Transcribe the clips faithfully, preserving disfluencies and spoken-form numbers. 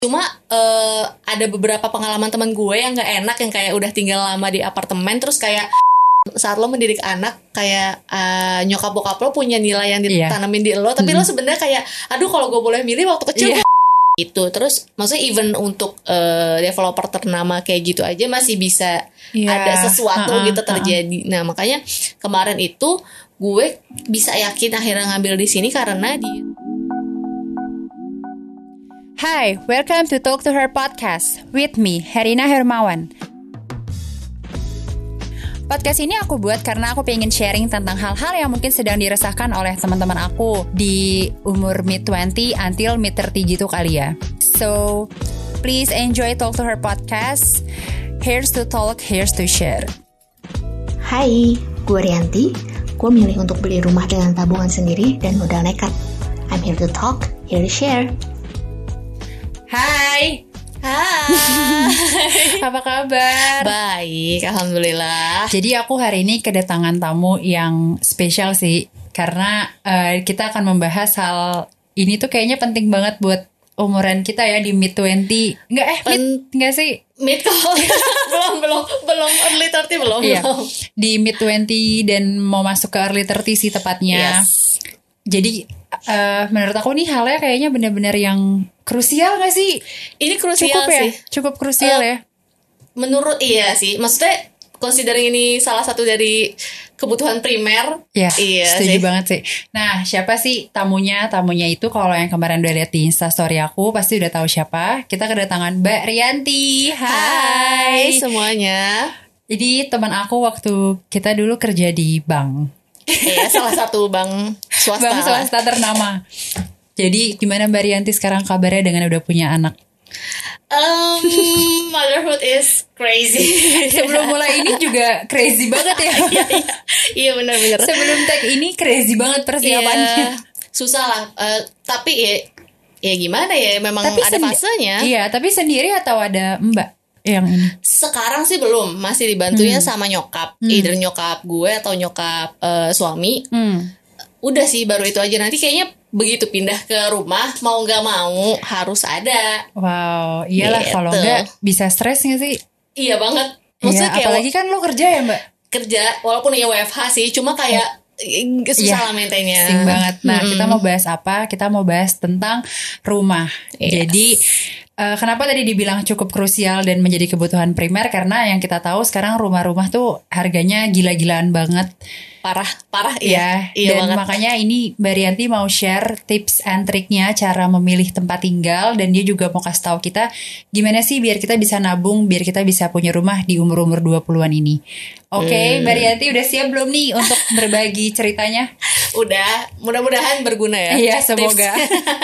Cuma uh, ada beberapa pengalaman teman gue yang gak enak, yang kayak udah tinggal lama di apartemen, terus kayak saat lo mendidik anak, kayak uh, nyokap bokap lo punya nilai yang ditanamin yeah. di lo, tapi mm-hmm. lo sebenarnya kayak, aduh kalau gue boleh milih waktu kecil yeah. gitu. Terus maksudnya even untuk uh, developer ternama kayak gitu aja masih bisa yeah. ada sesuatu uh-uh, gitu terjadi. Uh-uh. Nah makanya kemarin itu gue bisa yakin akhirnya ngambil di sini karena di Hi, welcome to Talk to Her podcast with me, Herina Hermawan. Podcast ini aku buat karena aku pengen sharing tentang hal-hal yang mungkin sedang dirasakan oleh teman-teman aku di umur mid twenty until mid thirty gitu kali ya. So, please enjoy Talk to Her podcast. Here's to talk, here's to share. Hai, gue Rianti. Gue milih untuk beli rumah dengan tabungan sendiri dan modal nekat. I'm here to talk, here to share. Hai. Hai. Apa kabar? Baik, alhamdulillah. Jadi aku hari ini kedatangan tamu yang spesial sih, karena uh, kita akan membahas hal ini tuh kayaknya penting banget buat umuran kita ya di mid twenty. Enggak eh Pen- mid enggak sih? Mid belum belum belum early thirty belum. Iya. belum. Di mid twenty dan mau masuk ke early thirty sih tepatnya. Yes. Jadi Uh, menurut aku nih halnya kayaknya benar-benar yang krusial gak sih? Ini krusial cukup sih. Ya? Cukup krusial uh, ya. Menurut iya sih. Maksudnya considering ini salah satu dari kebutuhan primer. Ya, iya setuju sih. banget sih. Nah, siapa sih tamunya? Tamunya itu kalau yang kemarin udah lihat di Instastory aku pasti udah tahu siapa. Kita kedatangan Mbak Rianti. Hai, Hai semuanya. Jadi teman aku waktu kita dulu kerja di bank. Iya, salah satu bank swasta. Bank swasta ternama. Jadi gimana Mbak Rianti sekarang kabarnya dengan udah punya anak? Um, motherhood is crazy. Sebelum mulai ini juga crazy banget ya. Iya, iya, iya benar-benar. Sebelum tag ini crazy banget persiapannya. Iya, susah lah. Uh, tapi ya, ya gimana ya? Memang tapi ada sendi- fasenya. Iya, tapi sendiri atau ada Mbak? Yang ini sekarang sih belum, masih dibantunya hmm. sama nyokap, hmm. either nyokap gue atau nyokap uh, suami. hmm. Udah sih baru itu aja. Nanti kayaknya begitu pindah ke rumah mau nggak mau harus ada. Wow, iyalah gitu. Kalau nggak bisa stres nggak sih? Iya banget. Maksudnya iya, kayak apalagi kan lo kerja ya Mbak? Kerja walaupun ya W F H sih, cuma kayak susah lah maintainnya. Sing banget. Nah hmm. kita mau bahas apa? Kita mau bahas tentang rumah. Yes. Jadi Uh, kenapa tadi dibilang cukup krusial dan menjadi kebutuhan primer? Karena yang kita tahu sekarang rumah-rumah tuh harganya gila-gilaan banget. Parah, parah ya. Iya, dan banget. Makanya ini Mbak Rianti mau share tips and triknya cara memilih tempat tinggal. Dan dia juga mau kasih tahu kita gimana sih biar kita bisa nabung, biar kita bisa punya rumah di umur-umur dua puluhan ini. Oke, okay, hmm. Mbak Rianti udah siap belum nih untuk berbagi ceritanya? Udah, mudah-mudahan berguna ya. Iya, semoga.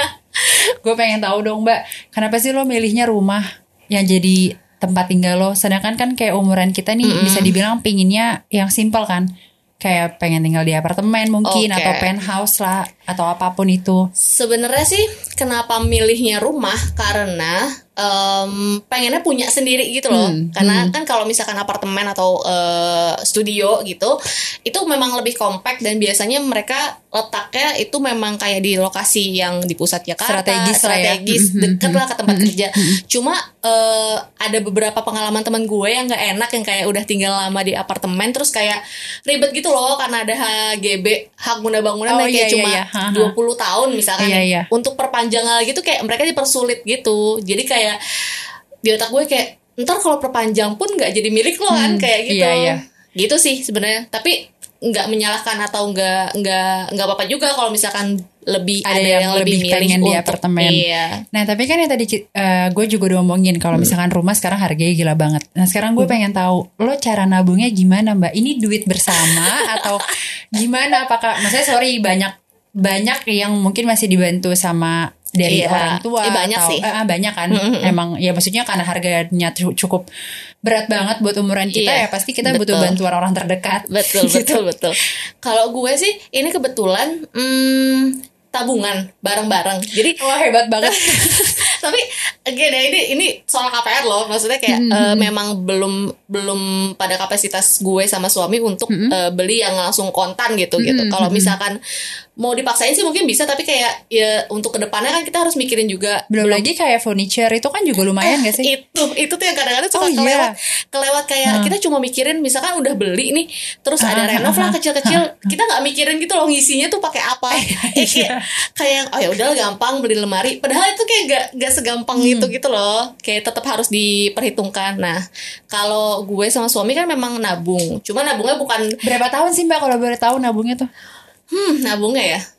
Gue pengen tahu dong Mbak, kenapa sih lo milihnya rumah yang jadi tempat tinggal lo? Sedangkan kan kayak umuran kita nih mm-hmm. bisa dibilang pinginnya yang simpel kan, kayak pengen tinggal di apartemen mungkin okay. atau penthouse lah atau apapun itu. Sebenarnya sih kenapa milihnya rumah karena um, pengennya punya sendiri gitu loh. Hmm, karena hmm. kan kalau misalkan apartemen atau uh, studio gitu, itu memang lebih compact dan biasanya mereka letaknya itu memang kayak di lokasi yang di pusat Jakarta, strategis, strategis ya. deket lah ke tempat kerja. Cuma uh, ada beberapa pengalaman teman gue yang nggak enak, yang kayak udah tinggal lama di apartemen terus kayak ribet gitu loh karena ada H G B, hak guna bangunan oh, yang kayak iya, cuma iya, iya. dua puluh tahun misalkan. Iya, iya. Untuk perpanjangan lagi tuh kayak mereka dipersulit gitu. Jadi kayak di otak gue kayak ntar kalau perpanjang pun nggak jadi milik lo kan, hmm, kayak gitu. Iya, iya. Gitu sih sebenarnya. Tapi nggak menyalahkan atau nggak nggak nggak apa-apa juga kalau misalkan lebih ada, ada yang, yang lebih lebih pengen milih di untuk, apartemen. Iya. Nah tapi kan yang tadi uh, gue juga udah ngomongin kalau misalkan rumah sekarang harganya gila banget. Nah sekarang gue hmm. pengen tahu lo cara nabungnya gimana Mbak? Ini duit bersama atau gimana? Apakah maksudnya sorry banyak banyak yang mungkin masih dibantu sama dari iya. orang tua eh, banyak atau sih. Eh, banyak kan mm-hmm. emang ya maksudnya karena harganya cukup berat banget buat umuran kita iya, ya pasti kita betul. butuh bantuan orang terdekat. Betul gitu. betul betul. Kalau gue sih ini kebetulan hmm, tabungan bareng-bareng. Jadi wah hebat banget. Tapi again ya ini ini soal K P R loh, maksudnya kayak mm-hmm. uh, memang belum belum pada kapasitas gue sama suami untuk mm-hmm. uh, beli yang langsung kontan gitu mm-hmm. gitu. Kalau misalkan mau dipaksain sih mungkin bisa, tapi kayak ya untuk kedepannya kan kita harus mikirin juga. Belum, belum lagi kayak furniture itu kan juga lumayan eh, gak sih? Itu itu tuh yang kadang-kadang suka oh, kelewat iya. kelewat kayak hmm. kita cuma mikirin misalkan udah beli nih, terus uh, ada renov lah kecil-kecil, uh, uh. kita nggak mikirin gitu loh ngisinya tuh pakai apa. eh, kayak kayak oh ya udah gampang beli lemari, padahal itu kayak gak gak segampang hmm. itu gitu loh. Kayak tetap harus diperhitungkan. Nah kalau gue sama suami kan memang nabung, cuma nabungnya bukan. Berapa tahun sih Mbak kalau boleh tahu nabungnya tuh? Hmm, nabungnya ya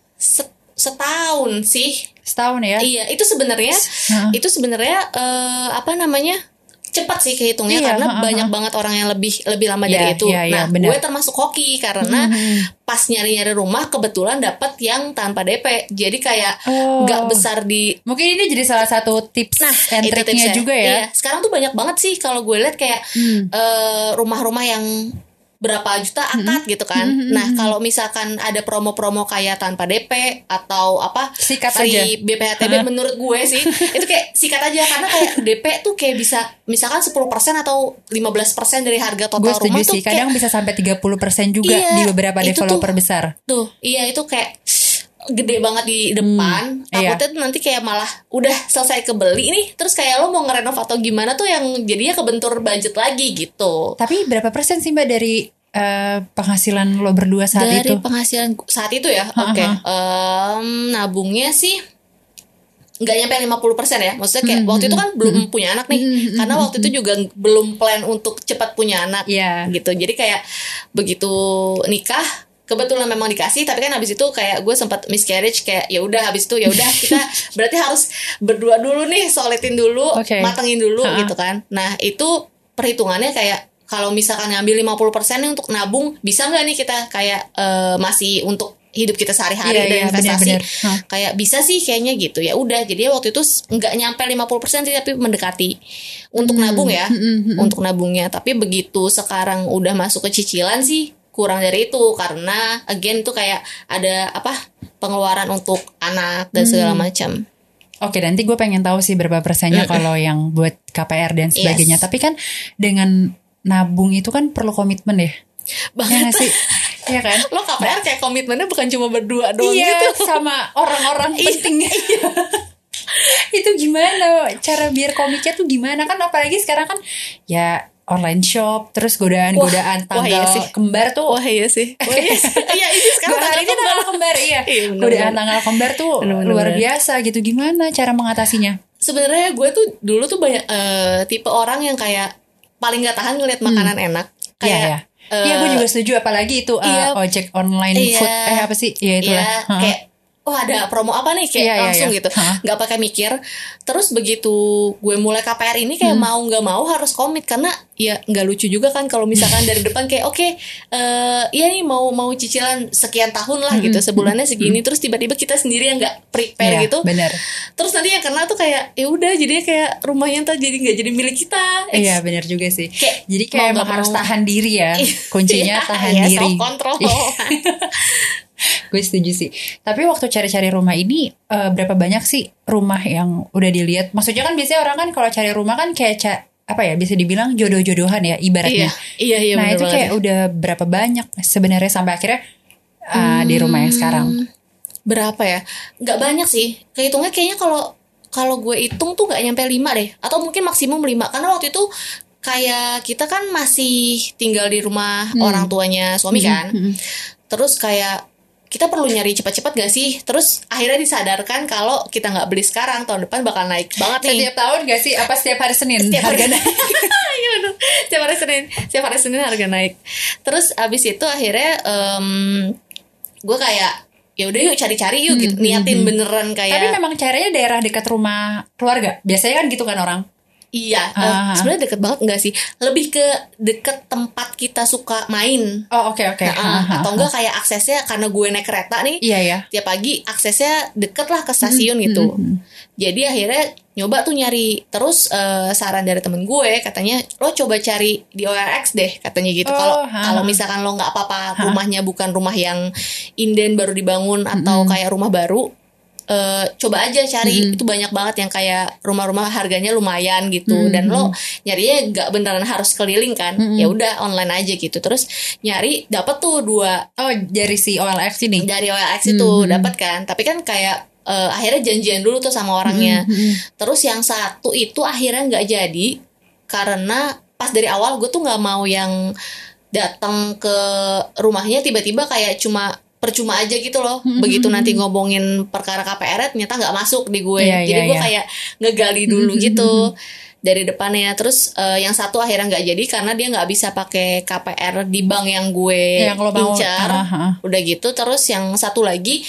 setahun sih. Setahun ya? Iya, itu sebenarnya uh. itu sebenarnya uh, apa namanya? Cepat sih kehitungnya, iya, karena uh, uh, banyak banget orang yang lebih lebih lama yeah, dari itu. Yeah, yeah, nah, bener. Gue termasuk hoki karena hmm. pas nyari-nyari rumah kebetulan dapat yang tanpa D P. Jadi kayak nggak oh. besar di. Mungkin ini jadi salah satu tips nah, and triknya juga ya. Iya, sekarang tuh banyak banget sih kalau gue lihat kayak hmm. uh, rumah-rumah yang berapa juta akad mm-hmm. gitu kan. Mm-hmm. Nah kalau misalkan ada promo-promo kayak tanpa D P atau apa sikat free aja B P H T B, menurut gue sih itu kayak sikat aja, karena kayak D P tuh kayak bisa misalkan sepuluh persen atau lima belas persen dari harga total rumah tuh sih. Kadang kayak, bisa sampai tiga puluh persen juga iya, di beberapa developer tuh, besar. Tuh iya itu kayak gede banget di depan. hmm, takutnya iya. tuh nanti kayak malah udah selesai kebeli nih, terus kayak lo mau ngerenov atau gimana tuh yang jadinya kebentur budget lagi gitu. Tapi berapa persen sih Mbak dari uh, penghasilan lo berdua saat dari itu? Dari penghasilan saat itu ya, oke okay. um, nabungnya sih nggak nyampe lima puluh persen ya. Maksudnya kayak mm-hmm. waktu itu kan belum mm-hmm. punya anak nih, mm-hmm. karena waktu itu juga belum plan untuk cepat punya anak yeah. gitu. Jadi kayak begitu nikah kebetulan memang dikasih, tapi kan habis itu kayak gue sempat miscarriage, kayak ya udah habis itu ya udah kita berarti harus berdua dulu nih, solidin dulu, okay. matengin dulu uh-huh. gitu kan. Nah itu perhitungannya kayak kalau misalkan ngambil lima puluh persen nih untuk nabung, bisa nggak nih kita kayak uh, masih untuk hidup kita sehari-hari yeah, dan yeah, investasi bener, bener. Huh. Kayak bisa sih kayaknya gitu. Ya udah, jadi waktu itu nggak nyampe lima puluh persen sih, tapi mendekati untuk hmm. nabung ya, hmm, hmm, hmm. untuk nabungnya. Tapi begitu sekarang udah masuk ke cicilan sih kurang dari itu, karena again tuh kayak ada apa pengeluaran untuk anak dan segala macam. Oke, nanti gue pengen tahu sih berapa persennya mm-hmm. kalau yang buat K P R dan sebagainya. Yes. Tapi kan dengan nabung itu kan perlu komitmen deh. Banget ya sih. Iya kan? Lo K P R kayak komitmennya bukan cuma berdua doang iya, gitu. Sama orang-orang penting. Itu gimana cara biar komitnya tuh gimana? Kan apalagi sekarang kan ya online shop, terus godaan-godaan tanggal iya kembar tuh. Wah iya sih. Wah iya sih. Iya ini sekarang tanggal ini tanggal kembar iya. iya godaan tanggal kembar tuh bener-bener luar biasa gitu. Gimana cara mengatasinya? Sebenarnya gue tuh dulu tuh banyak uh, tipe orang yang kayak paling nggak tahan ngeliat makanan hmm. enak. Kayak Iya, iya. Iya uh, gue juga setuju, apalagi itu uh, iya, ojek online iya, food eh apa sih? Iya itulah. Iya, huh. kayak oh ada promo apa nih kayak iya, langsung iya, iya. gitu, nggak pakai mikir. Terus begitu gue mulai K P R ini kayak hmm. mau nggak mau harus komit, karena ya nggak lucu juga kan kalau misalkan dari depan kayak oke okay, uh, iya nih mau mau cicilan sekian tahun lah gitu, sebulannya segini, terus tiba-tiba kita sendiri yang nggak prepare yeah, gitu. Bener. Terus nanti yang kena tuh kayak ya udah jadinya kayak rumahnya tuh jadi nggak jadi milik kita. Iya yeah, bener juga sih. Kayak, jadi kayak emang harus tahan diri ya, kuncinya tahan iya, diri. Self control. Gue setuju sih. Tapi waktu cari-cari rumah ini uh, berapa banyak sih rumah yang udah dilihat? Maksudnya kan biasanya orang kan kalau cari rumah kan kayak ca- apa ya bisa dibilang jodoh-jodohan ya ibaratnya. Iya, iya, iya. Nah itu banget. kayak udah berapa banyak sebenarnya sampai akhirnya uh, hmm, di rumah yang sekarang? Berapa ya? Gak banyak sih. Kehitungnya kayaknya kalau kalau gue hitung tuh gak nyampe lima deh, atau mungkin maksimum lima. Karena waktu itu kayak kita kan masih tinggal di rumah hmm. orang tuanya suami kan. Hmm. Terus kayak kita perlu nyari cepat-cepat gak sih? Terus akhirnya disadarkan kalau kita gak beli sekarang, tahun depan bakal naik banget nih. Setiap tahun gak sih? Apa setiap hari Senin? Setiap harga hari naik. Iya bener. Setiap hari Senin. Setiap hari Senin harga naik. Terus abis itu akhirnya um, gue kayak ya udah yuk cari-cari yuk gitu. Niatin beneran kayak. Tapi memang caranya daerah dekat rumah keluarga. Biasanya kan gitu kan orang. Iya, uh, sebenarnya deket banget enggak sih? Lebih ke deket tempat kita suka main. Oh oke okay, oke. Okay. Nah, uh, atau enggak kayak aksesnya karena gue naik kereta nih. Iya ya. Tiap pagi aksesnya deket lah ke stasiun hmm, gitu. Hmm, hmm. Jadi akhirnya nyoba tuh nyari. Terus uh, saran dari temen gue katanya lo coba cari di O L X deh katanya gitu. Kalau oh, kalau misalkan lo nggak apa-apa, rumahnya bukan rumah yang inden baru dibangun atau hmm. kayak rumah baru. uh, coba aja cari. Mm-hmm. Itu banyak banget yang kayak rumah-rumah harganya lumayan gitu. Mm-hmm. Dan lo nyarinya gak beneran harus keliling kan. Mm-hmm. Ya udah online aja gitu. Terus nyari dapat tuh dua. Oh dari si O L X ini. Dari O L X itu mm-hmm. dapat kan. Tapi kan kayak uh, akhirnya janjian dulu tuh sama orangnya. Mm-hmm. Terus yang satu itu akhirnya nggak jadi karena pas dari awal gue tuh nggak mau yang datang ke rumahnya tiba-tiba kayak cuma percuma aja gitu loh. Mm-hmm. Begitu nanti ngomongin perkara K P R ternyata nggak masuk di gue. Yeah, jadi yeah, gue yeah. kayak ngegali dulu mm-hmm. gitu dari depannya. Terus uh, yang satu akhirnya nggak jadi karena dia nggak bisa pakai K P R di bank yang gue yang incar. Uh-huh. Udah gitu. Terus yang satu lagi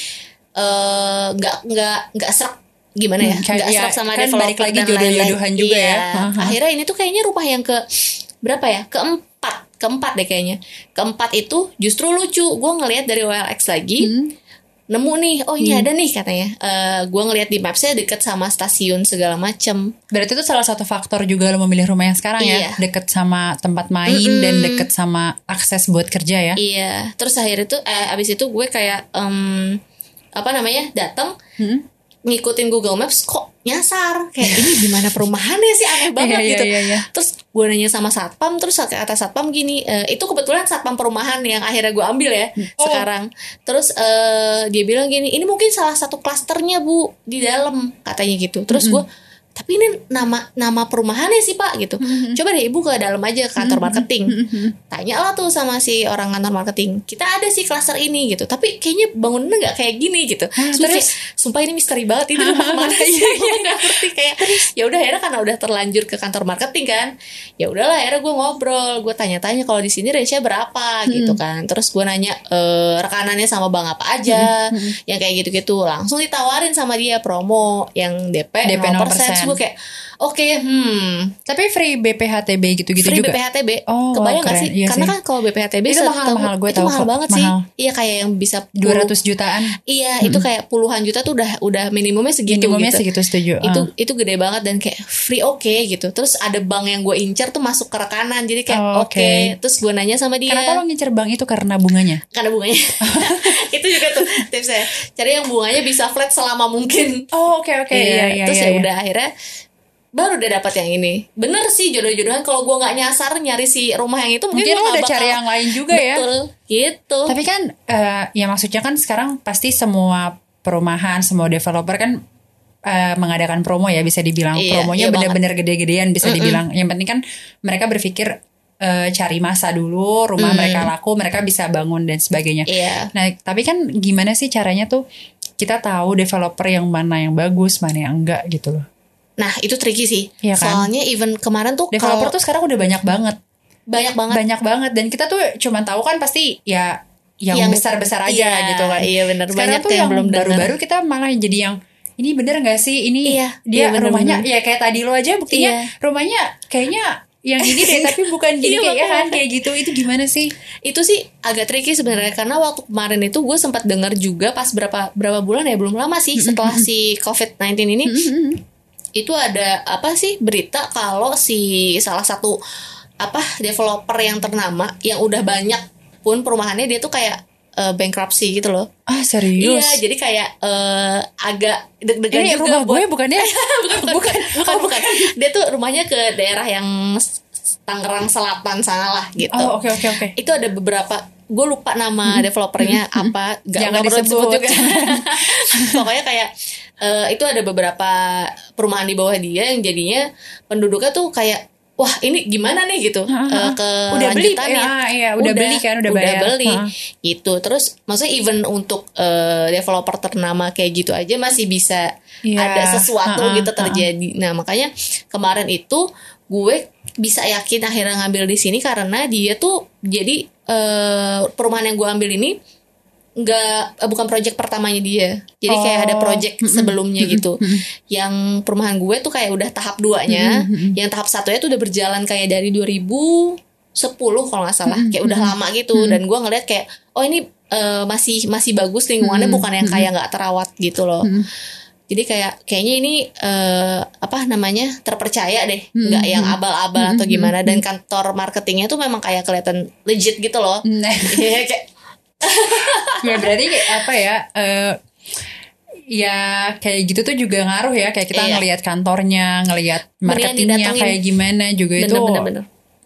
nggak uh, nggak nggak serak gimana ya? Nggak hmm, serak ya, sama kan developer lagi dan jodoh-jodohan juga iya. ya. Uh-huh. Akhirnya ini tuh kayaknya rumah yang ke berapa ya? Keempat. Keempat deh kayaknya. Keempat itu justru lucu. Gue ngelihat dari O L X lagi, hmm. nemu nih, oh ini hmm. ada nih katanya. Uh, gue ngelihat di mapsnya deket sama stasiun segala macem. Berarti itu salah satu faktor juga lo memilih rumah yang sekarang iya. ya, deket sama tempat main Mm-mm. dan deket sama akses buat kerja ya. Iya. Terus akhirnya tuh, eh, abis itu gue kayak um, apa namanya datang. Hmm? Ngikutin Google Maps kok nyasar kayak ini gimana perumahannya sih aneh banget yeah, gitu. yeah, yeah, yeah. Terus gue nanya sama satpam, terus kata satpam gini, e, itu kebetulan satpam perumahan yang akhirnya gue ambil ya oh. sekarang. Terus uh, dia bilang gini, ini mungkin salah satu klasternya bu di dalam katanya gitu. Terus mm-hmm. gue tapi ini nama nama perumahannya sih pak gitu. Mm-hmm. Coba deh ibu ke dalam aja ke kantor marketing. Mm-hmm. Tanyalah tuh sama si orang kantor marketing. Kita ada sih klaster ini gitu. Tapi kayaknya bangunannya nggak kayak gini gitu. Ah, sumpah, terus sumpah ini misteri banget ini rumah mana sih? Gue nggak ngerti kayak. Ya udah akhirnya karena udah terlanjur ke kantor marketing kan. Ya udahlah akhirnya gue ngobrol. Gue tanya-tanya kalau di sini range-nya berapa mm-hmm. gitu kan. Terus gue nanya e, rekanannya sama bang apa aja. Mm-hmm. Yang kayak gitu-gitu. Langsung ditawarin sama dia promo yang D P nol persen. Gue kayak oke okay, hmm tapi free B P H T B gitu-gitu free juga. B P H T B oh, kebayang gak sih? Iya karena sih. Kan kalau B P H T B itu mahal-mahal gue tahu mahal banget mahal. Sih iya kayak yang bisa puluh, dua ratus jutaan iya hmm. itu kayak puluhan juta tuh udah udah minimumnya segitu minimumnya gitu. segitu setuju itu uh. itu gede banget dan kayak free oke okay, gitu. Terus ada bank yang gue incer tuh masuk ke rekanan jadi kayak oh, oke okay. okay. Terus gue nanya sama dia kenapa lo ngincer bank itu karena bunganya karena bunganya itu juga tuh tipsnya cari yang bunganya bisa flat selama mungkin. oh oke okay, oke okay. iya, iya, terus iya, ya iya. udah akhirnya baru udah dapat yang ini. Bener sih jodoh-jodohan. Kalau gue nggak nyasar nyari si rumah yang itu mungkin, mungkin lo udah bakal, cari yang lain juga betul, ya. Betul gitu. Tapi kan uh, ya maksudnya kan sekarang pasti semua perumahan, semua developer kan uh, mengadakan promo ya bisa dibilang iya, promonya iya bener-bener gede-gedean bisa Mm-mm. dibilang. Yang penting kan mereka berpikir uh, cari masa dulu rumah mm. mereka laku mereka bisa bangun dan sebagainya. Iya. Nah tapi kan gimana sih caranya tuh kita tahu developer yang mana yang bagus mana yang enggak gitu loh. Nah itu tricky sih ya kan? Soalnya even kemarin tuh developer kalo, tuh sekarang udah banyak banget Banyak banget Banyak banget Dan kita tuh cuma tahu kan pasti ya Yang, yang besar-besar aja iya, gitu kan. Iya benar. Sekarang banyak tuh yang, yang belum baru-baru kita malah jadi yang ini bener gak sih ini iya, dia iya, bener, rumahnya bener. Ya kayak tadi lo aja buktinya iya. Rumahnya kayaknya yang ini deh tapi bukan gini kayak kan kayak gitu. Itu gimana sih? Itu sih agak tricky sebenarnya karena waktu kemarin itu gue sempat dengar juga pas berapa berapa bulan ya belum lama sih setelah si covid sembilan belas ini itu ada apa sih berita kalau si salah satu apa developer yang ternama yang udah banyak pun perumahannya dia tuh kayak uh, bankruptcy gitu loh. Ah serius? Iya jadi kayak uh, agak deg-degan ini juga. Rumah buat, gue bukan ya? bukan, bukan, bukan, bukan, oh, bukan. Dia tuh rumahnya ke daerah yang Tangerang Selatan sana lah gitu. Oh oke okay, oke okay, oke. Okay. Itu ada beberapa gue lupa nama hmm. developernya apa gak jangan disebut disebut juga. Pokoknya kayak uh, itu ada beberapa perumahan di bawah dia yang jadinya penduduknya tuh kayak wah ini gimana nih gitu uh, ke udah beli ya, ya udah, udah beli kan udah, udah bayar beli ha. Gitu. Terus maksudnya even untuk uh, developer ternama kayak gitu aja masih bisa ya. Ada sesuatu ha, gitu terjadi. Ha. Nah makanya kemarin itu gue bisa yakin akhirnya ngambil di sini karena dia tuh jadi uh, perumahan yang gue ambil ini nggak bukan project pertamanya dia. Jadi oh. kayak ada project sebelumnya gitu. Yang perumahan gue tuh kayak udah tahap duanya, yang tahap satunya tuh udah berjalan kayak dari dua ribu sepuluh kalau nggak salah, kayak udah lama gitu. Dan gue ngeliat kayak oh ini uh, masih masih bagus lingkungannya, bukan yang kayak nggak terawat gitu loh. Jadi kayak kayaknya ini uh, apa namanya terpercaya deh, nggak yang abal-abal atau gimana. Dan kantor marketingnya tuh memang kayak kelihatan legit gitu loh. Kayak ya berarti kayak apa ya uh, ya kayak gitu tuh juga ngaruh ya. Kayak kita iya. ngelihat kantornya, ngelihat marketingnya kayak gimana juga bener, itu bener, bener.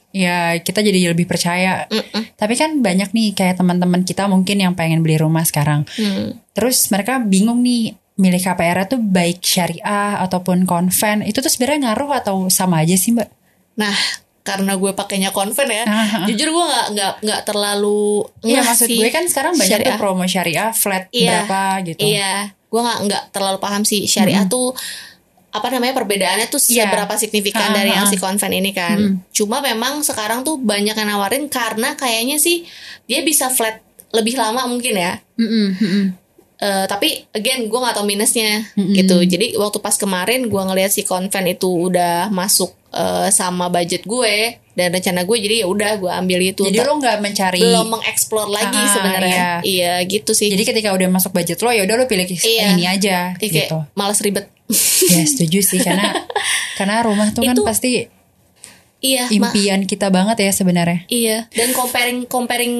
Ya kita jadi lebih percaya. Mm-mm. Tapi kan banyak nih kayak teman-teman kita mungkin yang pengen beli rumah sekarang. Mm. Terus mereka bingung nih milih K P R tuh baik syariah ataupun konven. Itu tuh sebenarnya ngaruh atau sama aja sih Mbak? Nah karena gue pakainya konven ya, uh-huh. jujur gue nggak nggak nggak terlalu. Iya maksud gue kan sekarang banyak syariah. Tuh promo syariah flat iya, berapa gitu. Iya, gue nggak nggak terlalu paham sih syariah mm-hmm. tuh apa namanya perbedaannya tuh yeah. seberapa signifikan uh-huh. dari yang si konven ini kan. Mm. Cuma memang sekarang tuh banyak yang nawarin karena kayaknya sih dia bisa flat lebih lama mungkin ya. Mm-hmm. Uh, tapi again gue nggak tahu minusnya mm-hmm. gitu. Jadi waktu pas kemarin gue ngeliat si konven itu udah masuk uh, sama budget gue dan rencana gue, jadi ya udah gue ambil itu. Jadi lo nggak mencari, belum mengeksplor lagi ah, sebenarnya. Iya. iya gitu sih. Jadi ketika udah masuk budget lo ya udah lo pilih iya. ini aja iya, gitu. Malas ribet. Ya setuju sih karena karena rumah tuh kan itu, pasti iya, impian ma- kita banget ya sebenarnya. Iya. Dan comparing comparing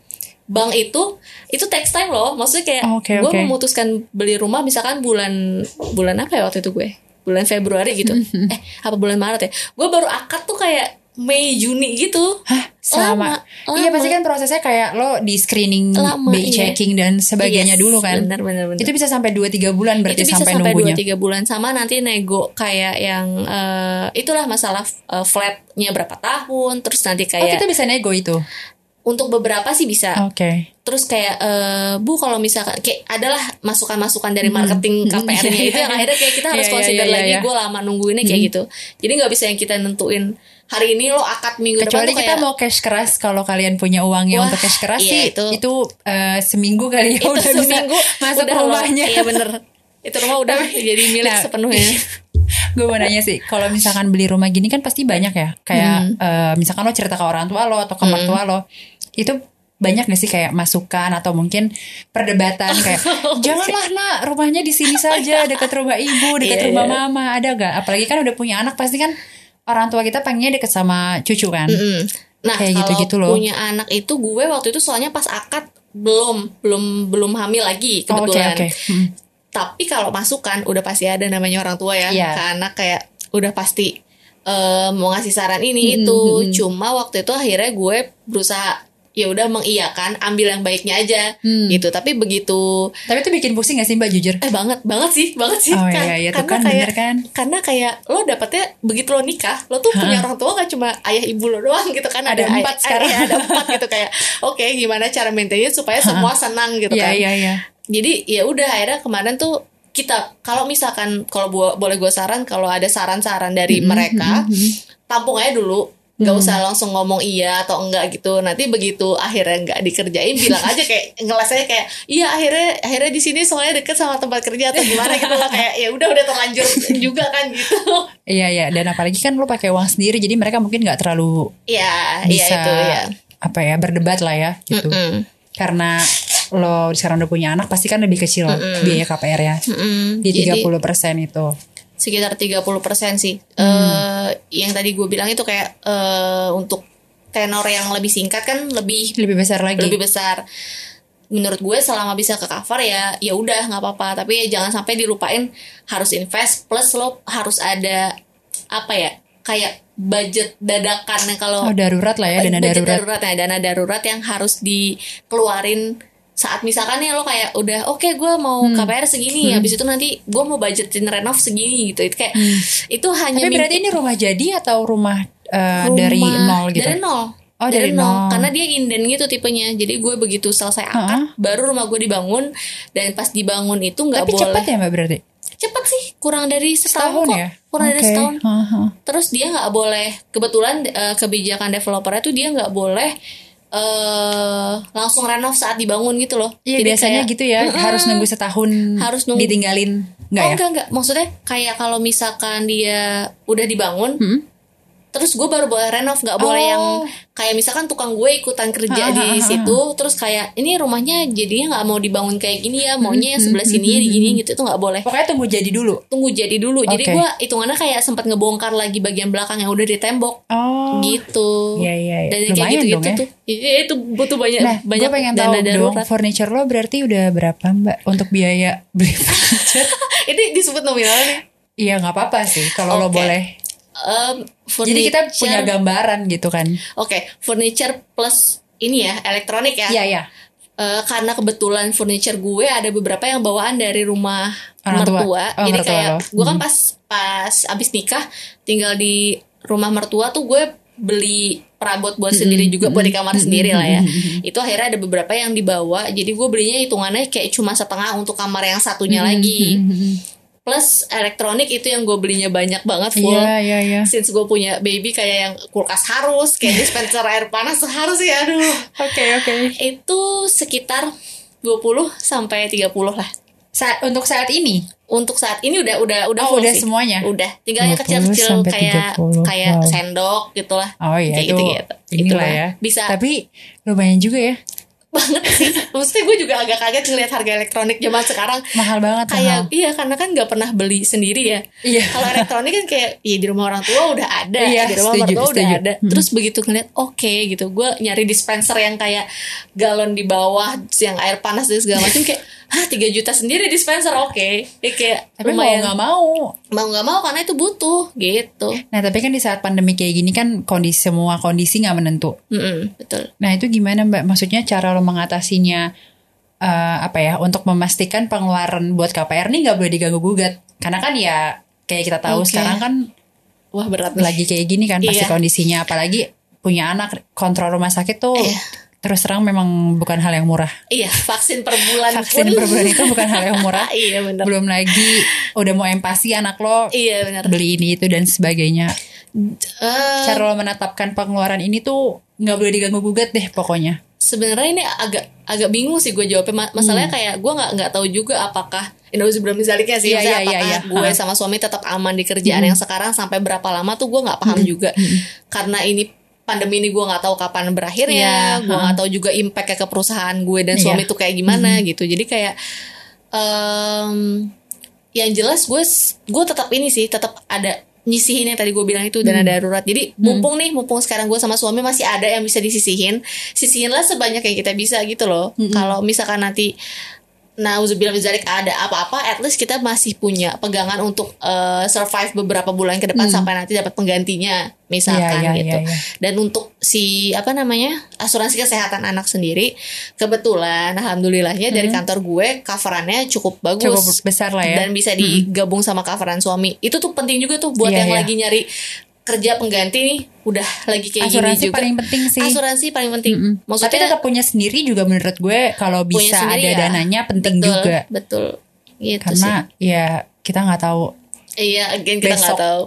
bank itu itu takes time loh. Maksudnya kayak oh, okay, gue okay. memutuskan beli rumah misalkan bulan bulan apa ya waktu itu gue? Bulan Februari gitu. eh apa bulan Maret ya? Gue baru akad tuh kayak Mei Juni gitu. Hah, selama. Lama. Iya pasti kan prosesnya kayak lo di screening, lama, B I checking iya. dan sebagainya yes, dulu kan. Benar benar benar. Itu bisa sampai dua tiga bulan berarti itu bisa sampai, sampai nunggunya. dua tiga bulan sama nanti nego kayak yang uh, itulah masalah uh, flatnya berapa tahun, terus nanti kayak. Oh, kita bisa nego itu. Untuk beberapa sih bisa. Oke. Okay. Terus kayak uh, Bu kalau misalkan kayak adalah masukan-masukan dari marketing K P R-nya itu yang akhirnya kayak kita harus yeah, consider yeah, yeah, lagi yeah. gue lama nungguinnya kayak hmm. gitu. Jadi nggak bisa yang kita nentuin hari ini lo akad minggu kecuali depan. Kecuali kita kayak, mau cash keras. Kalau kalian punya uangnya wah, untuk cash keras iya, sih itu, itu uh, seminggu kali ya itu udah seminggu, bisa masuk udah rumahnya. Iya bener. Itu rumah udah jadi milik nah, sepenuhnya. Gue mau nanya sih, kalau misalkan beli rumah gini kan pasti banyak ya. Kayak hmm. uh, misalkan lo cerita ke orang tua lo atau ke mertua hmm. lo, itu banyak gak sih kayak masukan atau mungkin perdebatan kayak janganlah nak rumahnya di sini saja dekat rumah ibu, dekat yeah. rumah mama, ada gak? Apalagi kan udah punya anak pasti kan orang tua kita pengennya deket sama cucu kan. Mm-hmm. Nah kayak kalau gitu-gitu loh. Punya anak itu gue waktu itu soalnya pas akad belum belum belum hamil lagi kebetulan. Oh, okay, okay. Hmm. Tapi kalau masukan udah pasti ada namanya orang tua ya. Yeah. Ke anak kayak udah pasti uh, mau ngasih saran ini mm-hmm. itu. Cuma waktu itu akhirnya gue berusaha ya udah mengiyakan, ambil yang baiknya aja hmm. gitu. Tapi begitu. Tapi itu bikin pusing gak sih Mbak jujur? Eh banget, banget sih, banget sih. Oh kan, iya, iya, karena kan, kayak, bener kan? Karena kayak lo dapetnya begitu lo nikah, lo tuh ha. punya orang tua gak cuma ayah ibu lo doang gitu kan? Ada, ada empat ayah, sekarang. Ayah, ada empat gitu kayak. Oke, okay, gimana cara maintainnya supaya ha. semua senang gitu yeah, kan? Iya, iya. Jadi ya udah akhirnya kemarin tuh kita kalau misalkan kalau bu- boleh gue saran kalau ada saran-saran dari mm-hmm, mereka, mm-hmm. tampung aja dulu. Gak hmm. usah langsung ngomong iya atau enggak gitu. Nanti begitu akhirnya nggak dikerjain bilang aja kayak ngeles aja kayak iya akhirnya akhirnya di sini soalnya deket sama tempat kerja atau gimana gitu lah kayak ya udah udah terlanjur juga kan gitu. Iya iya dan apalagi kan lo pakai uang sendiri jadi mereka mungkin nggak terlalu iya bisa iya itu ya apa ya berdebat lah ya gitu. Mm-mm. Karena lo sekarang udah punya anak pasti kan lebih kecil Mm-mm. biaya K P R ya Mm-mm. di tiga puluh persen itu. Sekitar tiga puluh persen sih. Hmm. Uh, yang tadi gue bilang itu kayak uh, untuk tenor yang lebih singkat kan lebih lebih besar lagi. Lebih besar. Menurut gue selama bisa ke cover ya ya udah nggak apa-apa. Tapi ya jangan sampai dilupain harus invest plus lo harus ada apa ya kayak budget dadakan yang kalau oh, darurat lah ya dana darurat. darurat ya dana darurat yang harus dikeluarin saat misalkan nih lo kayak udah oke okay, gue mau hmm. K P R segini hmm. habis itu nanti gue mau budgetin renov segini gitu itu kayak hmm. itu hanya tapi berarti ini rumah jadi atau rumah, uh, rumah dari nol gitu dari nol oh dari, dari nol. nol Karena dia inden gitu tipenya jadi gue begitu selesai akad uh-huh. baru rumah gue dibangun dan pas dibangun itu nggak boleh. Tapi cepat ya mbak berarti cepat sih kurang dari setahun, setahun kok ya? kurang okay. dari setahun uh-huh. terus dia nggak boleh kebetulan uh, kebijakan developernya tuh dia nggak boleh Uh, langsung renov saat dibangun gitu loh. Iya jadi biasanya kayak, gitu ya uh, harus nunggu setahun harus nunggu. Ditinggalin nggak oh, ya? Enggak enggak maksudnya kayak kalau misalkan dia udah dibangun hmm? terus gue baru boleh renov, nggak boleh Oh. yang kayak misalkan tukang gue ikutan kerja Ha, ha, di ha, ha. situ, terus kayak ini rumahnya jadinya nggak mau dibangun kayak gini ya, maunya yang sebelah sini ya digini gitu, itu nggak boleh. Pokoknya tunggu jadi dulu. Tunggu jadi dulu. Jadi Oke. gue hitungannya kayak sempat ngebongkar lagi bagian belakang yang udah ditembok. Oh. Gitu. Iya, iya, iya. Dan kayak Lumayan gitu-gitu dong ya. tuh. Iya, itu butuh banyak Nah, banyak gue pengen dana tahu dong, darurat. furniture lo berarti udah berapa mbak untuk biaya beli furniture? Ini disebut nominal nih. Iya nggak apa-apa sih kalau lo Oke. boleh. Um, Jadi kita furniture- punya gambaran gitu kan? Oke, furniture plus ini ya, elektronik ya. Iya iya. Eh, karena kebetulan furniture gue ada beberapa yang bawaan dari rumah Orang tua. mertua. Oh, Jadi mertua kayak lo. gue kan Hmm. pas pas abis nikah tinggal di rumah mertua tuh gue beli perabot buat sendiri juga buat di kamar sendiri lah ya. Itu akhirnya ada beberapa yang dibawa. Jadi gue belinya hitungannya kayak cuma setengah untuk kamar yang satunya lagi. Plus elektronik itu yang gue belinya banyak banget full. Iya iya iya. Since gue punya baby kayak yang kulkas harus, kayak dispenser air panas harus ya, aduh. Oke oke. Itu sekitar dua puluh sampai tiga puluh lah. Saat untuk saat ini. Untuk saat ini udah udah udah Oh, full udah sih. semuanya? Udah. Tinggal yang dua puluh kecil-kecil sampai kayak tiga puluh. kayak Wow. sendok gitulah. Oh iya Kayak itu. gitu-gitu. Inilah Itulah. ya. Bisa Tapi lumayan juga ya. banget sih. Maksudnya gue juga agak kaget ngeliat harga elektronik zaman sekarang. Mahal banget. Kayak mahal. iya karena kan nggak pernah beli sendiri ya. Iya. Kalau elektronik kan kayak iya di rumah orang tua udah ada, Iya, di rumah setuju, mertua udah setuju. ada. Hmm. Terus begitu ngeliat oke gitu, gue nyari dispenser yang kayak galon di bawah, yang air panas dan segala macam kayak hah tiga juta sendiri dispenser oke. Ya, kayak Tapi mau lumayan nggak mau. mau nggak mau karena itu butuh gitu. Nah tapi kan di saat pandemi kayak gini kan kondisi semua kondisi nggak menentu. Mm-mm, betul. Nah itu gimana mbak? Maksudnya cara lo mengatasinya eh, apa ya untuk memastikan pengeluaran buat K P R nih nggak boleh diganggu gugat. Karena kan ya kayak kita tahu Oke. sekarang kan Wah berat nih. lagi kayak gini kan pasti Iya. kondisinya. Apalagi punya anak kontrol rumah sakit tuh Iya. terus terang memang bukan hal yang murah. Iya vaksin per bulan Vaksin pun. per bulan itu bukan hal yang murah. Iya benar. Belum lagi udah mau empati anak lo Iya benar. beli ini itu dan sebagainya. Eh, Cara lo menetapkan pengeluaran ini tuh nggak boleh diganggu gugat deh pokoknya. Sebenarnya ini agak agak bingung sih gue jawabnya. Ma- Masalahnya kayak gue nggak nggak tahu juga apakah ini belum misalnya sih, Iya, maksudnya iya, iya, apakah iya. gue Ha. sama suami tetap aman di kerjaan yang sekarang sampai berapa lama tuh gue nggak paham juga. Karena ini pandemi ini gue nggak tahu kapan berakhirnya, Iya, gue ha. nggak tahu juga impactnya ke perusahaan gue dan Iya. suami tuh kayak gimana gitu. Jadi kayak em, yang jelas gue gue tetap ini sih tetap ada nyisihin yang tadi gue bilang itu dana darurat. Jadi mumpung nih mumpung sekarang gue sama suami masih ada yang bisa disisihin, sisihinlah sebanyak yang kita bisa gitu loh. Kalau misalkan nanti nauzubillah min dzalik ada apa-apa, at least kita masih punya pegangan untuk eh, survive beberapa bulan ke depan sampai nanti dapat penggantinya misalkan Iya, iya, gitu. iya, iya. Dan untuk si apa namanya asuransi kesehatan anak sendiri, kebetulan alhamdulillahnya dari kantor gue coverannya cukup bagus, Cukup besar lah ya. dan bisa digabung sama coveran suami. Itu tuh penting juga tuh buat Iya, yang iya. lagi nyari kerja pengganti nih, udah lagi kayak Asuransi gini juga. paling penting sih. Asuransi paling penting. Mm-mm. Tapi Maksudnya tetap punya sendiri juga menurut gue kalau punya bisa sendiri ada ya. dananya penting Betul, juga. Betul. Gitu Karena ya kita nggak tahu sih. Iya, again kita nggak besok. tahu.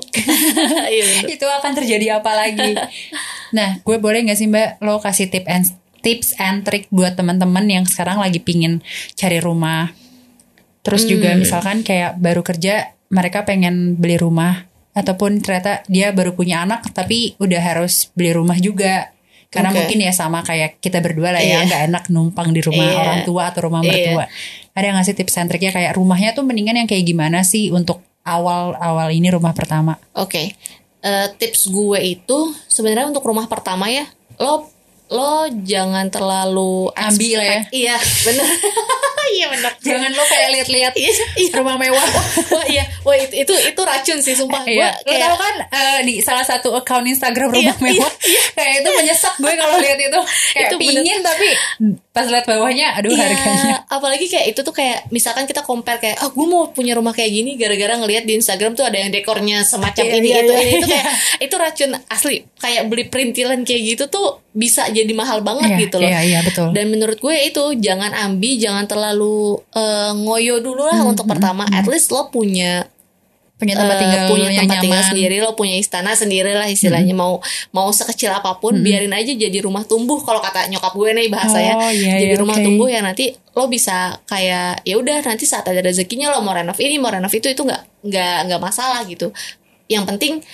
Iya bener. itu akan terjadi apa lagi. Nah, gue boleh nggak sih Mbak lo kasih tip and tips and trick buat teman-teman yang sekarang lagi pingin cari rumah. Terus juga Hmm. misalkan kayak baru kerja mereka pengen beli rumah ataupun ternyata dia baru punya anak tapi udah harus beli rumah juga. Karena Oke. mungkin ya sama kayak kita berdua lah ya, Iya. nggak enak numpang di rumah Iya. orang tua atau rumah Iya. mertua. Ada yang ngasih tips and triknya kayak rumahnya tuh mendingan yang kayak gimana sih untuk awal-awal ini rumah pertama? Oke. Eh, tips gue itu sebenarnya untuk rumah pertama ya, lo lo jangan terlalu Ambi lah ya. expect- Iya, benar. Iya benar. Jangan lo kayak lihat-lihat Iya, iya. rumah mewah. Wah iya, wah itu itu, itu racun sih sumpah. Gue Iya, lo kayak tau kan eh, di salah satu account Instagram rumah Iya, mewah, kayak itu menyesat gue kalau lihat itu, kayak Itu bener. pingin tapi pas lihat bawahnya, aduh Iya, harganya. apalagi kayak itu tuh kayak misalkan kita compare kayak, ah gue mau punya rumah kayak gini gara-gara ngelihat di Instagram tuh ada yang dekornya semacam Iya, ini iya, itu iya, ini itu iya. kayak itu racun asli. Kayak beli perintilan kayak gitu tuh bisa jadi mahal banget Iya, gitu loh. iya, iya, betul. Dan menurut gue itu jangan ambi, jangan terlalu eh, ngoyo dulu lah untuk pertama. At least lo punya Punya tempat eh, tinggal punya yang tempat tinggal nyaman. sendiri, lo punya istana sendiri lah istilahnya. Mau mau sekecil apapun biarin aja jadi rumah tumbuh kalau kata nyokap gue nih bahasanya. Oh, iya, Jadi iya, rumah oke. tumbuh yang nanti lo bisa kayak ya udah nanti saat ada rezekinya lo mau renov ini mau renov itu itu nggak nggak nggak masalah gitu. Yang penting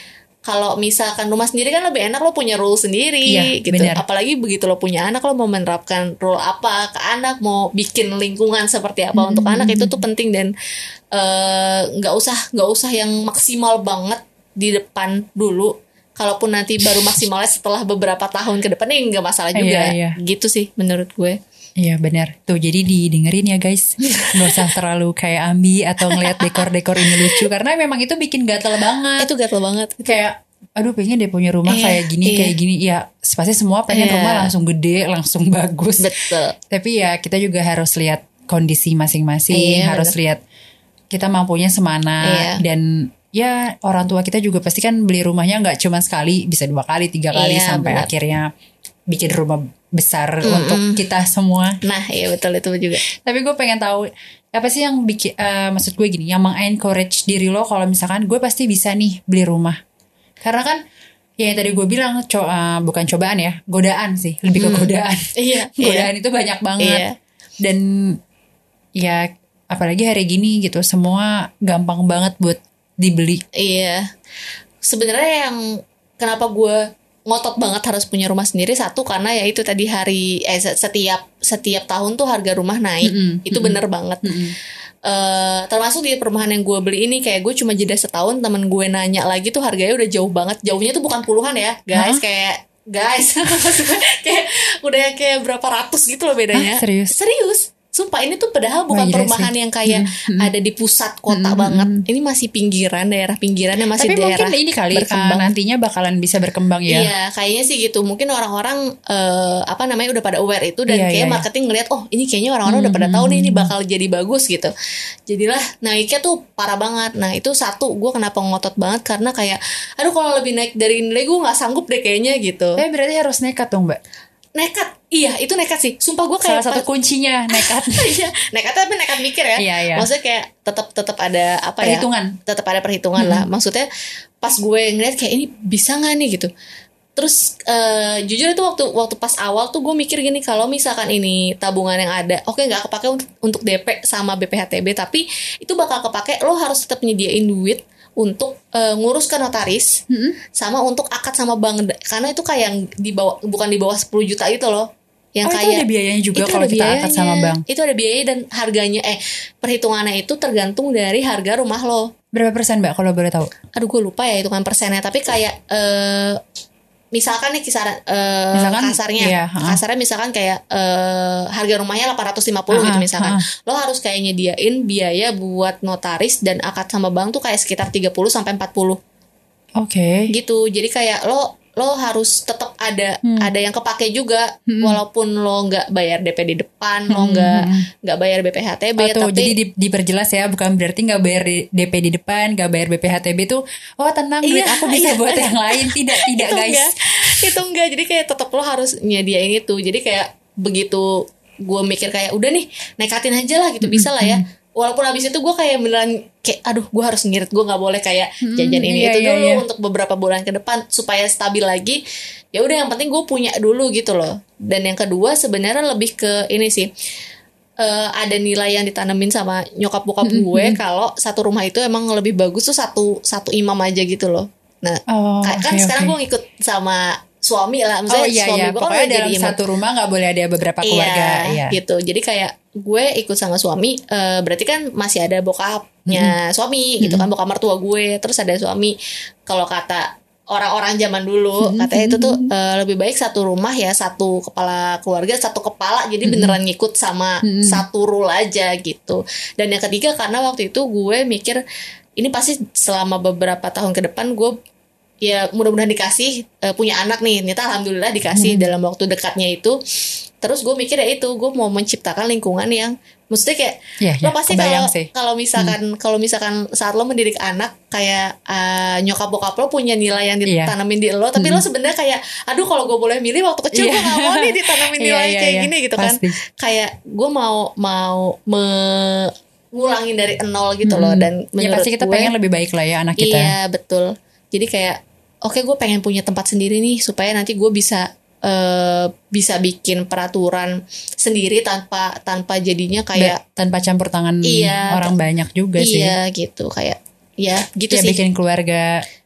kalau misalkan rumah sendiri kan lebih enak, lo punya rule sendiri Iya, gitu. bener. Apalagi begitu lo punya anak, lo mau menerapkan rule apa ke anak, mau bikin lingkungan seperti apa Hmm. untuk anak, itu tuh penting. Dan nggak uh, usah nggak usah yang maksimal banget di depan dulu. Kalaupun nanti baru maksimalnya setelah beberapa tahun ke depan, ini nggak masalah juga. Iya, iya. Gitu sih menurut gue. Iya benar. Tuh jadi didengerin ya guys. Gak usah terlalu kayak ambi atau ngeliat dekor-dekor ini lucu, karena memang itu bikin gatel banget. Itu gatel banget. Kayak aduh pengen deh punya rumah Iya, kayak gini iya. kayak gini. Ya pasti semua pengen Iya. rumah langsung gede, langsung bagus. Betul. Tapi ya kita juga harus lihat kondisi masing-masing. Iya, Harus bener. lihat kita mampunya semana. Iya. Dan ya orang tua kita juga pasti kan beli rumahnya gak cuma sekali, bisa dua kali, tiga kali, Iya, sampai bener. akhirnya bikin rumah besar Mm-mm. untuk kita semua. Nah iya betul itu juga. Tapi gue pengen tahu apa sih yang bikin, uh, maksud gue gini, yang meng-encourage diri lo kalau misalkan gue pasti bisa nih beli rumah. Karena kan ya yang tadi gue bilang co- uh, bukan cobaan ya, godaan sih, lebih ke Hmm. godaan. Iya. Godaan itu banyak banget. Iya. Dan ya apalagi hari gini gitu, semua gampang banget buat dibeli. Iya. Sebenarnya yang kenapa gue ngotot banget harus punya rumah sendiri, satu karena ya itu tadi hari eh setiap setiap tahun tuh harga rumah naik. Mm-mm, Itu mm-mm. bener banget. Eh, termasuk di perumahan yang gue beli ini, kayak gue cuma jeda setahun, temen gue nanya lagi tuh harganya udah jauh banget. Jauhnya tuh bukan puluhan ya guys. Hah? Kayak guys kayak udah kayak berapa ratus gitu loh bedanya. Hah, serius? Serius. Sumpah ini tuh padahal Wah, bukan gila perumahan sih. yang kayak Mm-mm. ada di pusat kota Mm-mm. banget. Ini masih pinggiran, daerah pinggiran yang masih Tapi daerah mungkin ini kali uh, berkembang. nantinya bakalan bisa berkembang ya. Iya, kayaknya sih gitu. Mungkin orang-orang eh, apa namanya udah pada aware itu, dan Iya, kayak iya, marketing ngeliat, oh ini kayaknya orang-orang udah pada tahu nih ini bakal jadi bagus gitu. Jadilah naiknya tuh parah banget. Nah itu satu, gue kenapa ngotot banget, karena kayak aduh kalau lebih naik dari nilai gue nggak sanggup deh kayaknya gitu. Tapi berarti harus nekat dong mbak. Nekat, iya itu nekat sih. Sumpah gue kayak Salah satu kuncinya nekat. Iya, nekat tapi nekat mikir ya. Iya, iya. Maksudnya kayak tetap tetap ada apa ya? Perhitungan. Tetap ada perhitungan lah. Maksudnya pas gue ngeliat kayak ini bisa nggak nih gitu. Terus eh, jujur itu waktu waktu pas awal tuh gue mikir gini, kalau misalkan ini tabungan yang ada, oke nggak kepake untuk untuk D P sama B P H T B, tapi itu bakal kepake. Lo harus tetap nyediain duit untuk eh, ngurus ke notaris, sama untuk akad sama bank, karena itu kayak yang di bawah, bukan di bawah sepuluh juta gitu loh. Yang Oh, itu kayak ada biayanya juga itu kalau ada kita akad sama biayanya. bank. Itu ada biaya dan harganya eh perhitungannya itu tergantung dari harga rumah lo. Berapa persen mbak kalau boleh tahu? Aduh gue lupa ya hitungan persennya, tapi kayak eh misalkan nih kisaran eh, Misalkan, kasarnya iya, ha. kasarnya misalkan kayak eh, harga rumahnya delapan ratus lima puluh Ha, gitu misalkan. ha. Lo harus kayak nyediain biaya buat notaris dan akad sama bank tuh kayak sekitar tiga puluh sampai empat puluh Oke. gitu. Jadi kayak lo lo harus tetap ada Hmm. ada yang kepake juga, Hmm. walaupun lo nggak bayar D P di depan, lo Hmm, nggak hmm. nggak bayar B P H T B, Oh tuh, tapi jadi di- diperjelas ya, bukan berarti nggak bayar di- D P di depan, nggak bayar B P H T B tuh, oh tenang duit Iya, aku bisa iya. buat yang lain. Tidak, tidak itu guys. enggak, itu enggak. Jadi kayak tetap lo harus nyediain itu. Jadi kayak begitu gue mikir kayak udah nih nekatin aja lah gitu, bisa lah ya. Walaupun abis itu gue kayak beneran kayak aduh gue harus ngirit, gue nggak boleh kayak jajan ini iya, itu iya, dulu iya. untuk beberapa bulan ke depan supaya stabil lagi. Ya udah yang penting gue punya dulu gitu loh. Dan yang kedua sebenarnya lebih ke ini sih. Eh, ada nilai yang ditanamin sama nyokap bokap gue kalau satu rumah itu emang lebih bagus tuh satu satu imam aja gitu loh. Nah Oh, Ka- kan oke, sekarang oke. gue ngikut sama suami lah, maksudnya Oh iya suami iya, gue kan pokoknya udah jadi dalam imam. satu rumah nggak boleh ada beberapa keluarga. Iya, Iya. gitu. Jadi kayak gue ikut sama suami, eh, berarti kan masih ada bokapnya suami, gitu kan, bokap mertua gue, terus ada suami. Kalau kata orang-orang zaman dulu, katanya itu tuh eh, lebih baik satu rumah ya, satu kepala keluarga, satu kepala, jadi beneran ngikut sama satu rule aja gitu. Dan yang ketiga karena waktu itu gue mikir ini pasti selama beberapa tahun ke depan gue ya mudah-mudahan dikasih uh, punya anak nih. Ternyata alhamdulillah dikasih dalam waktu dekatnya itu. Terus gue mikir ya itu, gue mau menciptakan lingkungan yang maksudnya kayak Iya, lo iya, pasti kebayang kalau sih. kalau misalkan kalau misalkan saat lo mendidik anak kayak uh, nyokap bokap lo punya nilai yang Iya. ditanamin di lo, tapi lo sebenarnya kayak aduh kalau gue boleh milih waktu kecil Iya. gue nggak mau nih ditanamin Iya, nilai iya, kayak iya. gini gitu kan. Pasti. Kayak gue mau mau me- ngulangin dari nol gitu loh. Dan Ya menurut pasti kita gue, pengen lebih baik lah ya anak kita. iya betul. Jadi kayak oke gue pengen punya tempat sendiri nih supaya nanti gue bisa eh, bisa bikin peraturan sendiri tanpa tanpa jadinya kayak Ba- tanpa campur tangan Iya, orang banyak juga sih. iya gitu kayak ya gitu Ya sih. bikin keluarga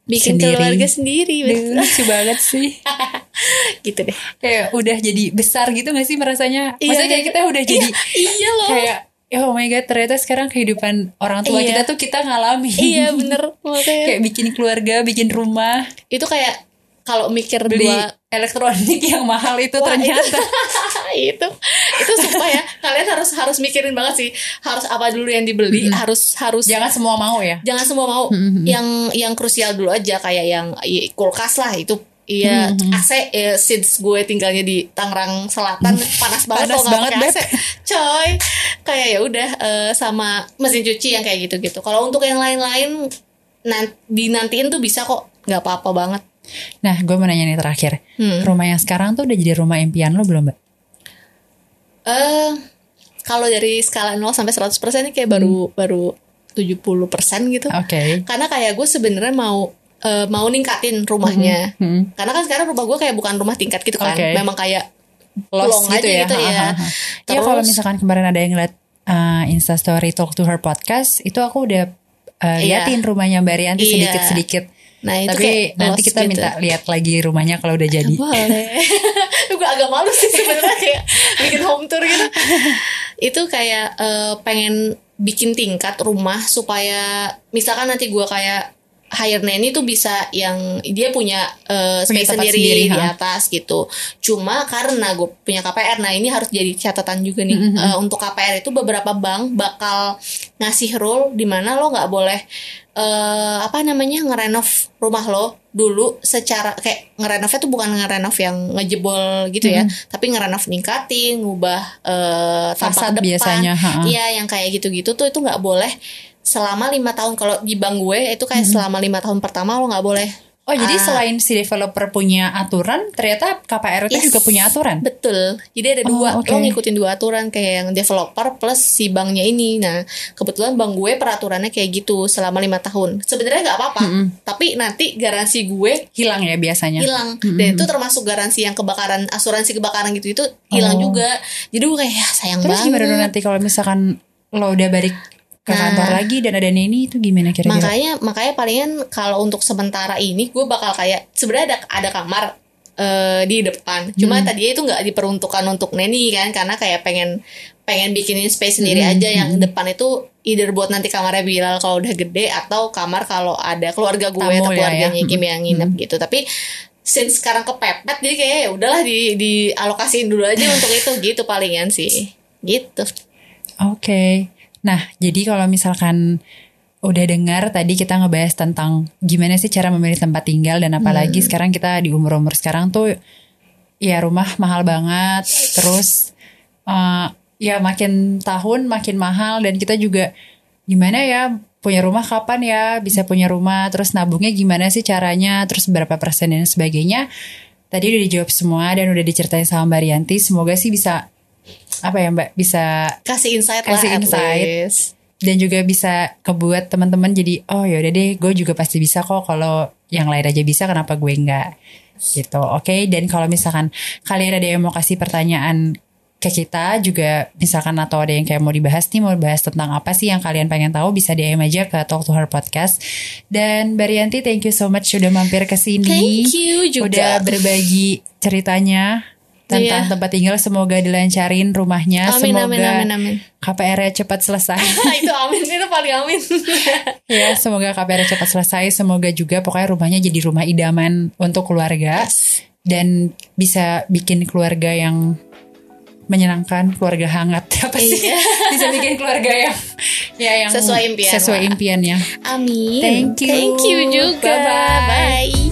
bikin sendiri. keluarga sendiri. Duh, lucu banget sih. Gitu deh. Kayak udah jadi besar gitu gak sih merasanya? Maksudnya Iya, kayak kita udah jadi iya, iya loh. kayak oh my god, ternyata sekarang kehidupan orang tua Iya. kita tuh kita ngalamin. Iya bener. Makanya Kayak bikin keluarga, bikin rumah, itu kayak kalau mikir beli dua elektronik yang mahal itu Wah, ternyata. itu itu sumpah ya, kalian harus harus mikirin banget sih, harus apa dulu yang dibeli, Mm-hmm. harus harus Jangan semua mau ya. jangan semua mau. Mm-hmm. Yang yang krusial dulu aja, kayak yang i- kulkas lah itu. Iya, Mm-hmm. A C ya, since gue tinggalnya di Tangerang Selatan, panas banget Panas kalau nggak banget, pakai A C. Beb. Coy, kayak ya udah eh, sama mesin cuci yang kayak gitu-gitu. Kalau untuk yang lain-lain nan- dinantiin tuh bisa kok, nggak apa-apa banget. Nah, gue mau nanya nih terakhir. Hmm. Rumah yang sekarang tuh udah jadi rumah impian lo belum, Mbak? Eh, kalau dari skala nol sampai seratus persen ini kayak baru baru tujuh puluh persen gitu. Oke. Karena kayak gue sebenarnya mau eh, mau ningkatin rumahnya. Hmm. Karena kan sekarang rumah gue kayak bukan rumah tingkat gitu kan. Oke. Memang kayak Lost plong gitu aja ya. gitu ya. Ha, ha, ha. Ya kalau misalkan kemarin ada yang ngeliat uh, Instastory Talk to Her podcast, itu aku udah uh, Iya. liatin rumahnya Mbak Rianti Iya. sedikit-sedikit. Nah, itu Tapi kayak nanti lost kita gitu. minta lihat lagi rumahnya kalau udah jadi. Boleh. Gue agak malu sih sebenarnya kayak bikin home tour gitu. Itu kayak eh, pengen bikin tingkat rumah supaya misalkan nanti gue kayak hire nanny tuh bisa yang dia punya uh, Punya space tempat sendiri, sendiri, di ha? atas gitu. Cuma karena gue punya K P R, nah ini harus jadi catatan juga nih. Mm-hmm. Uh, untuk K P R itu beberapa bank bakal ngasih rule di mana lo nggak boleh uh, apa namanya ngerenov rumah lo dulu secara kayak ngerenovnya tuh bukan ngerenov yang ngejebol gitu ya, Mm-hmm. tapi ngerenov ningkatin, ngubah uh, tampak Fasad depan. biasanya, ha-ha. Iya, yang kayak gitu-gitu tuh itu nggak boleh selama lima tahun. Kalau di bank gue itu kayak selama lima tahun pertama lo nggak boleh. Oh jadi Ah, selain si developer punya aturan, ternyata K P R itu yes, juga punya aturan? Betul. Jadi ada Oh, dua. oke. Lo ngikutin dua aturan, kayak yang developer plus si banknya ini. Nah kebetulan bank gue peraturannya kayak gitu selama lima tahun. Sebenarnya nggak apa-apa, tapi nanti garansi gue Hilang ya biasanya? hilang. Dan itu termasuk garansi yang kebakaran, asuransi kebakaran gitu itu hilang Oh. juga. Jadi gue kayak ya, sayang Terus banget. gimana dong nanti kalau misalkan lo udah balik ke Nah. kantor lagi dan ada neni itu gimana kira-kira? Makanya makanya palingan kalau untuk sementara ini gue bakal kayak sebenarnya ada ada kamar eh, di depan. Cuma tadinya itu nggak diperuntukkan untuk neni kan, karena kayak pengen pengen bikinin space sendiri Hmm, aja. Yang depan itu either buat nanti kamarnya Bilal kalau udah gede, atau kamar kalau ada keluarga gue Tamu atau ya, keluarganya ya. Kim yang nginep gitu. Tapi since sekarang kepepet, jadi kayak ya udahlah di dialokasiin dulu aja untuk itu gitu palingan sih. Gitu. Oke. Nah, jadi kalau misalkan udah dengar tadi kita ngebahas tentang gimana sih cara memilih tempat tinggal, dan apalagi sekarang kita di umur-umur sekarang tuh ya rumah mahal banget, terus uh, ya makin tahun makin mahal, dan kita juga gimana ya punya rumah kapan ya bisa punya rumah, terus nabungnya gimana sih caranya, terus berapa persen dan sebagainya. Tadi udah dijawab semua dan udah diceritain sama Mbak Rianti. Semoga sih bisa apa ya Mbak, bisa Kasih insight Kasih lah at insight. least. dan juga bisa kebuat teman-teman jadi oh yaudah deh gue juga pasti bisa kok, kalau yang lain aja bisa kenapa gue enggak gitu. Oke, dan kalau misalkan kalian ada yang mau kasih pertanyaan ke kita juga misalkan, atau ada yang kayak mau dibahas nih, mau bahas tentang apa sih yang kalian pengen tahu, bisa D M aja ke Talk to Her Podcast. Dan Mbak Rianti, thank you so much sudah mampir ke sini. Thank you juga. Udah berbagi ceritanya tentang Iya. tempat tinggal. Semoga dilancarin rumahnya. Amin, Semoga amin, amin, amin. K P R-nya cepat selesai. Itu amin, itu paling amin. Ya, semoga K P R cepat selesai. Semoga juga pokoknya rumahnya jadi rumah idaman untuk keluarga. Yes. Dan bisa bikin keluarga yang menyenangkan, keluarga hangat. Apa sih? Iya. Bisa bikin keluarga yang ya yang Sesuai impian Sesuai lah. impiannya. Amin. Thank you. Thank you juga. Bye-bye. Bye.